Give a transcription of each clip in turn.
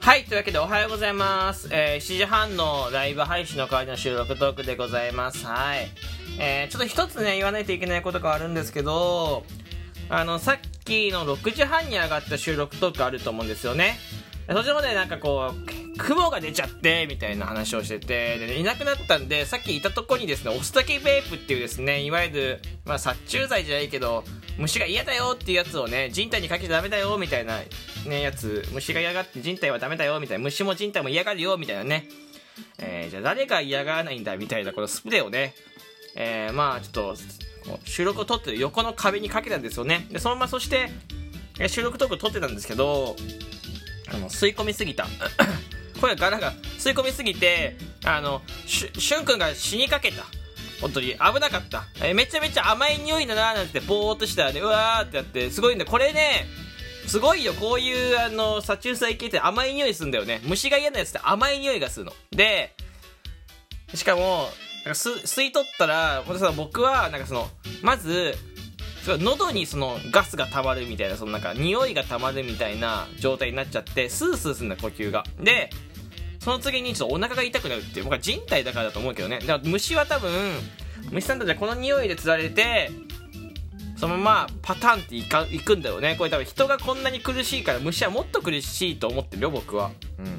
はい、というわけでおはようございます。7時半のライブ配信の代わりの収録トークでございます。はい。ちょっと一つね、言わないといけないことがあるんですけど、さっきの6時半に上がった収録トークあると思うんですよね。そっちの方でなんかこう、雲が出ちゃって、みたいな話をしてて、で、いなくなったんで、さっきいたとこにですね、オスタキベープっていうですね、いわゆる、殺虫剤じゃないけど、虫が嫌だよっていうやつをね、人体にかけちゃダメだよ、みたいな、ね、やつ、虫が嫌がって人体はダメだよ、みたいな、虫も人体も嫌がるよ、みたいなね。じゃあ誰が嫌がらないんだ、みたいな、このスプレーをね、ちょっと、収録を撮ってる横の壁にかけたんですよね。で、そのままそして、収録トーク撮ってたんですけど、吸い込みすぎた。声ガラが吸い込みすぎて、しゅんくんが死にかけた。本当に危なかった。めちゃめちゃ甘い匂いだなーなんてぼーっとしたらね、うわーってやって、すごいんだ。これね、すごいよ。こういう殺虫剤系って甘い匂いするんだよね。虫が嫌なやつって甘い匂いがするの。で、しかも、吸い取ったら、僕は、まず、喉にそのガスが溜まるみたいな、そのなんか匂いが溜まるみたいな状態になっちゃって、スースーするんだ、呼吸が。で、その次にちょっとお腹が痛くなるっていう、僕は人体だからだと思うけどね。だから虫は多分、虫さんたちはこの匂いで釣られて、そのままパタンっていくんだよね。これ多分人がこんなに苦しいから虫はもっと苦しいと思ってるよ、僕は。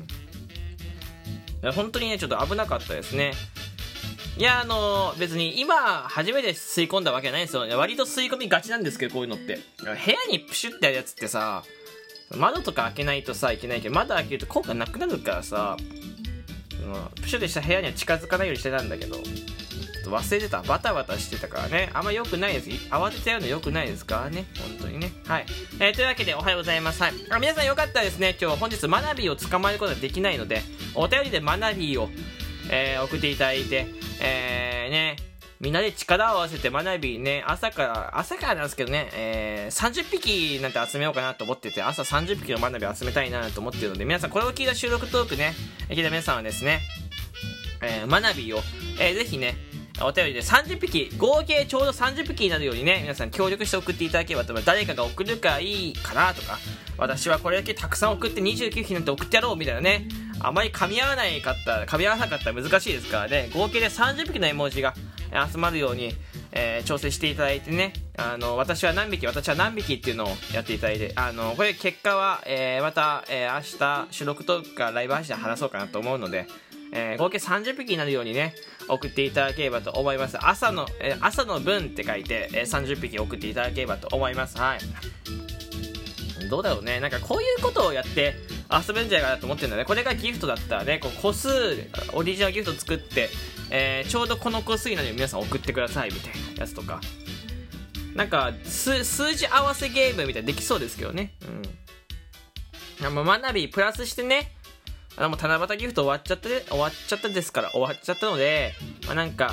本当にね、ちょっと危なかったですね。いや、別に今初めて吸い込んだわけじゃないんですよ。割と吸い込みがちなんですけど、こういうのって。部屋にプシュってやるやつってさ、窓とか開けないとさ、いけないけど、窓開けると効果なくなるからさ、プシュってした部屋には近づかないようにしてたんだけど、ちょっと忘れてた。バタバタしてたからね。あんま良くないです。慌てちゃうの良くないですからね。本当にね。はい。というわけでおはようございます。はい。皆さんよかったらですね、今日本日マナビーを捕まえることができないので、お便りでマナビーを、送っていただいて、みんなで力を合わせてマナビーね、朝からなんですけどね、30匹なんて集めようかなと思ってて、朝30匹のマナビー集めたいなと思ってるので、皆さんこれを聞いた収録トークね、聞いた皆さんはですね、マナビーを、ぜひね、お便りで30匹、合計ちょうど30匹になるようにね、皆さん協力して送っていただければと思います。誰かが送るかいいかなとか、私はこれだけたくさん送って29匹なんて送ってやろうみたいなね、あまり噛み合わなかったら難しいですからね、合計で30匹の絵文字が集まるように、調整していただいてね、私は何匹っていうのをやっていただいて、これ結果は、また、明日収録とかライブ配信で話そうかなと思うので、合計30匹になるようにね、送っていただければと思います。朝の分って書いて、30匹送っていただければと思います。はい。どうだろうね。なんかこういうことをやって遊べるんじゃないかなと思ってるんだね。これがギフトだったらね、こう個数、オリジナルギフト作って、ちょうどこの個数になるように皆さん送ってくださいみたいなやつとか。なんか、数字合わせゲームみたいなできそうですけどね。マナビープラスしてね、もう七夕ギフト終わっちゃったので、なんか、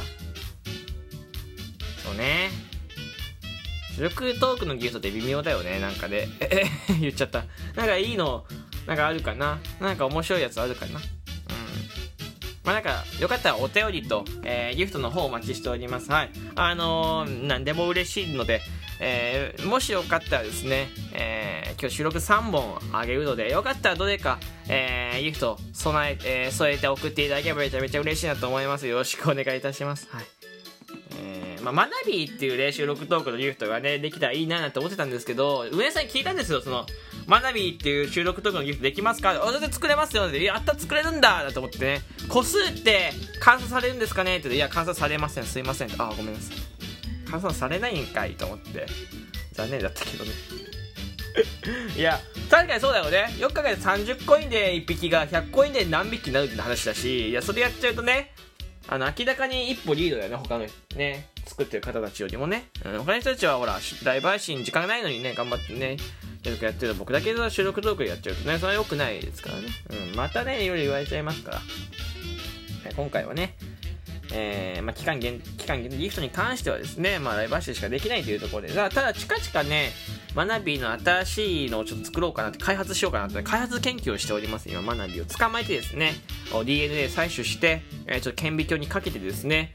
そうね。収録トークのギフトって微妙だよね、なんかで。言っちゃった。なんかいいの、なんかあるかな。なんか面白いやつあるかな。なんか、よかったらお便りと、ギフトの方お待ちしております。はい。なんでも嬉しいので、もしよかったらですね、今日収録3本あげるので、よかったらどれか、ギフト添えて送っていただければめちゃめちゃ嬉しいなと思います。よろしくお願いいたします。はい。マナビーっていうね、収録トークのギフトがね、できたらいいなと思ってたんですけど、上さんに聞いたんですよ。マナビーっていう収録トークのギフトできますか？全然作れますよ。やった作れるんだと思ってね、個数って換算されるんですかねって、いや、換算されません。すいません。ごめんなさい。換算されないんかいと思って、残念だったけどね。いや、確かにそうだよね。よく考えて30コインで1匹が100コインで何匹になるって話だし、いや、それやっちゃうとね、明らかに一歩リードだよね、他のね、作ってる方たちよりもね。他の人たちはほら、ライブ配信時間がないのにね、頑張ってね、やってる僕だけで収録トークでやっちゃうとね、それは良くないですからね。またね、いろいろ言われちゃいますから。今回はね、期間限定ギフトに関してはですね、ライブ配信しかできないというところで、ただ近々ね、マナビーの新しいのをちょっと作ろうかなって、開発しようかなって、開発研究をしております。今、マナビーを捕まえてですね、DNA 採取して、ちょっと顕微鏡にかけてですね、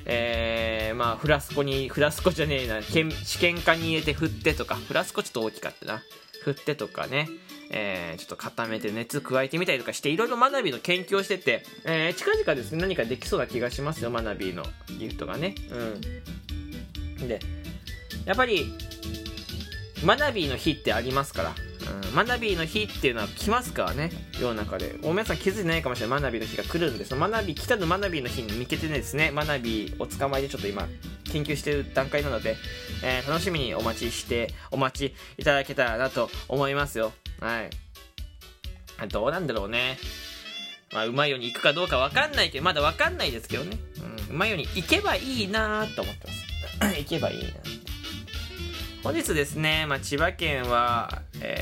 まあフラスコじゃねえな、試験管に入れて振ってとか、フラスコちょっと大きかったな、振ってとかね、ちょっと固めて熱加えてみたりとかして、いろいろマナビの研究をしてて、近々ですね、何かできそうな気がしますよ、マナビのギフトがね。でやっぱりマナビの日ってありますから、マナビの日っていうのは来ますからね、世の中で。皆さん気づいてないかもしれない。マナビの日が来るんです。来たるマナビの日に向けてですね、マナビを捕まえてちょっと今研究している段階なので、楽しみにお待ちいただけたらなと思いますよ。はい。どうなんだろうね。まあうまいようにいくかどうかわかんないけど、まだわかんないですけどね。うまいようにいけばいいなと思ってます。いけばいいな。本日ですね、千葉県は、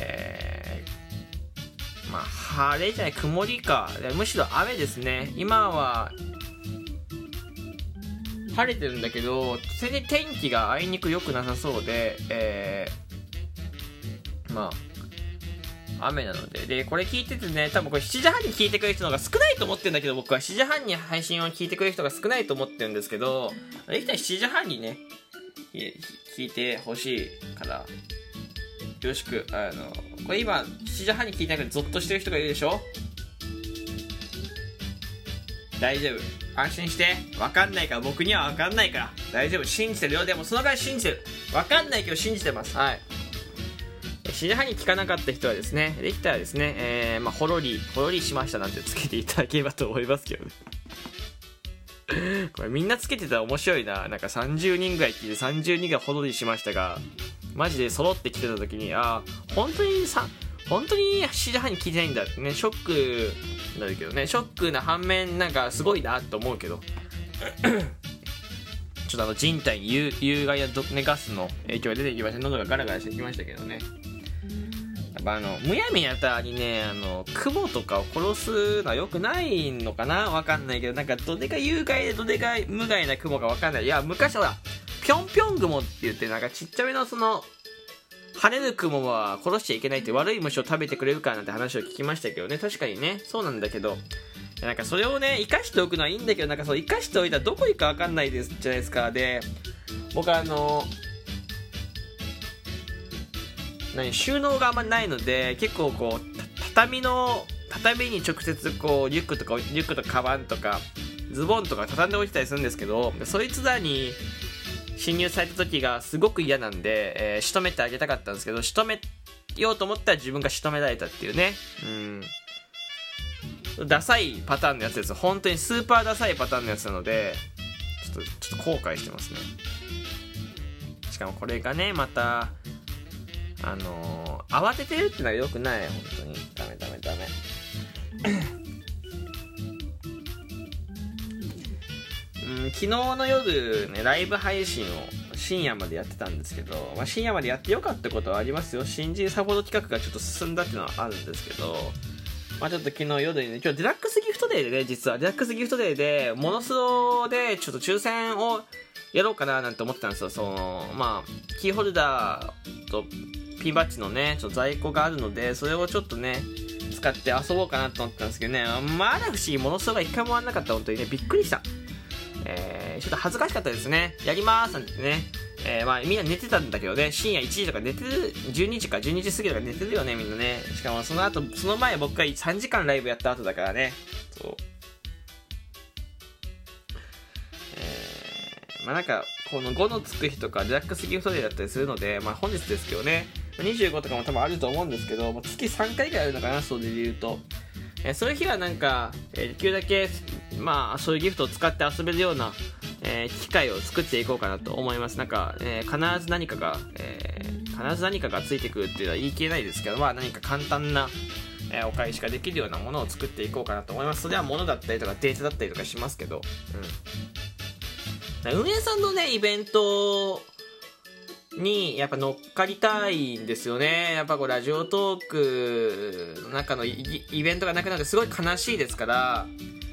晴れじゃない、曇りか。むしろ雨ですね。今は、晴れてるんだけど、全然天気があいにく良くなさそうで、雨なので。で、これ聞いててね、多分これ7時半に聞いてくれる人の方が少ないと思ってるんだけど、僕は7時半に配信を聞いてくれる人が少ないと思ってるんですけど、できたら7時半にね、聞いてほしいから、よろしく。これ今7時半に聞いてなくてゾッとしてる人がいるでしょ。大丈夫、安心して。分かんないから、僕には分かんないから大丈夫、信じてるよ。でもそのぐらい信じてる。分かんないけど信じてます。はい。7時半に聞かなかった人はですね、できたらですね、ほろりしましたなんてつけていただければと思いますけどね。これみんなつけてたら面白いな。なんか30人ぐらい聞いて、30人がほろりしましたが、マジで揃ってきてた時に、本当に7時半に聞いてないんだってね、ショックになるけどね。ショックな反面、なんかすごいなと思うけどちょっと人体に有害なガスの影響が出てきました。喉がガラガラしてきましたけどね。やっぱむやみやたらにね、雲とかを殺すのは良くないのかな、わかんないけど、なんかどでか有害でどでか無害な雲かわかんない。いや、昔ほらぴょんぴょん雲って言って、なんかちっちゃめのその跳ねる雲は殺しちゃいけないって、悪い虫を食べてくれるからなんて話を聞きましたけどね。確かにね、そうなんだけど、なんかそれをね生かしておくのはいいんだけど、なんかそう生かしておいたらどこ行くかわかんないですじゃないですか。で、僕収納があんまないので、結構こう畳に直接こうリュックとかカバンとかズボンとか畳んでおいてたりするんですけど、そいつらに侵入された時がすごく嫌なんで、仕留めてあげたかったんですけど、仕留めようと思ったら自分が仕留められたっていうね。ダサいパターンのやつです。本当にスーパーダサいパターンのやつなので、ちょっと後悔してますね。しかもこれがね、また慌ててるってのは良くない。本当にダメ昨日の夜ね、ライブ配信を深夜までやってたんですけど、深夜までやってよかったことはありますよ。新人サポート企画がちょっと進んだっていうのはあるんですけど、ちょっと昨日夜にね、今日デラックスギフトデーでね、実はデラックスギフトデーでモノスロでちょっと抽選をやろうかななんて思ってたんですよ。キーホルダーとピンバッジのね、ちょっと在庫があるので、それをちょっとね使って遊ぼうかなと思ったんですけどね、まだ不思議、モノスロが一回も終わんなかった。本当にね、びっくりした。ちょっと恥ずかしかったですね。やりまーすなんてね、みんな寝てたんだけどね、深夜1時とか寝てる、12時過ぎとか寝てるよね、みんなね。しかもその前僕が3時間ライブやった後だからね。そう。なんかこの5のつく日とかデラックスギフトデーだったりするので、本日ですけどね、25とかも多分あると思うんですけど、月3回ぐらいあるのかな、それで言うと。そういう日はなんか、できるだけそういうギフトを使って遊べるような、機会を作っていこうかなと思います。なんか、必ず何かがついてくるっていうのは言い切れないですけど、何か簡単な、お返しができるようなものを作っていこうかなと思います。それは物だったりとかデータだったりとかしますけど、運営さんのねイベントにやっぱ乗っかりたいんですよね。やっぱラジオトークの中のイベントがなくなってすごい悲しいですから、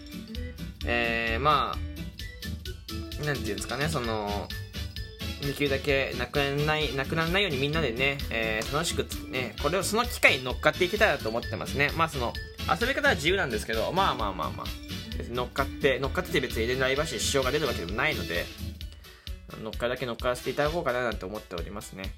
なんていうんですかね、できるだけなくならないようにみんなでね、楽しくね、その機会に乗っかっていけたらと思ってますね。遊び方は自由なんですけど、 別に乗っかって別にライブ配信支障が出るわけでもないので、乗っからせていただこうかななんて思っておりますね。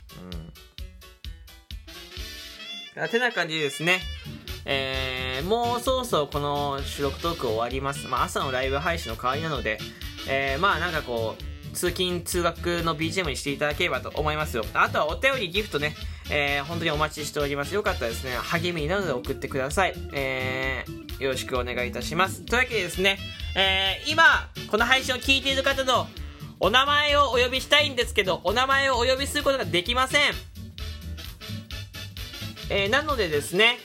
てな感じでですね、もうそろそろこの収録トーク終わります。朝のライブ配信の代わりなので、なんかこう通勤通学の BGM にしていただければと思いますよ。あとはお便りギフトね、本当にお待ちしております。よかったらですね、励みになるので送ってください。よろしくお願いいたします。というわけでですね、今この配信を聞いている方のお名前をお呼びしたいんですけど、お名前をお呼びすることができません。なのでですね、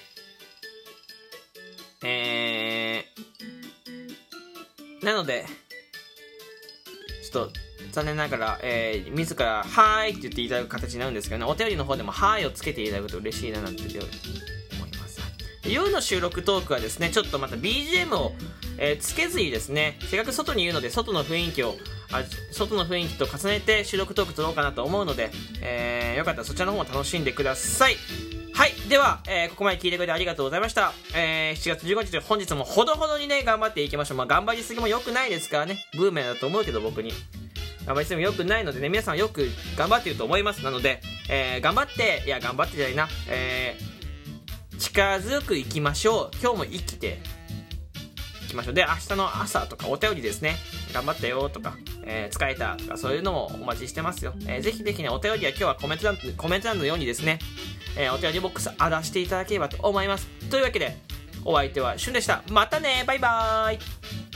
なのでちょっと残念ながら、自らはーいって言っていただく形になるんですけどね、お便りの方でもはーいをつけていただくと嬉しいななんて思います。夜の収録トークはですね、ちょっとまた BGM を、つけずにですね、せっかく外にいるので外の雰囲気と重ねて収録トーク撮ろうかなと思うので、よかったらそちらの方も楽しんでください。はい、では、ここまで聞いてくれてありがとうございました。7月15日で本日もほどほどにね頑張っていきましょう。頑張りすぎも良くないですからね、ブーメランだと思うけど僕に頑張りすぎも良くないのでね、皆さんよく頑張っていると思います。なので、頑張ってじゃないな、力強くいきましょう。今日も生きていきましょう。で、明日の朝とかお便りですね、頑張ったよとか、疲れたとかそういうのもお待ちしてますよ。ぜひね、お便りは今日はコメント欄のようにですね、お便りボックス荒らしていただければと思います。というわけでお相手はしゅんでした。またね、バイバーイ。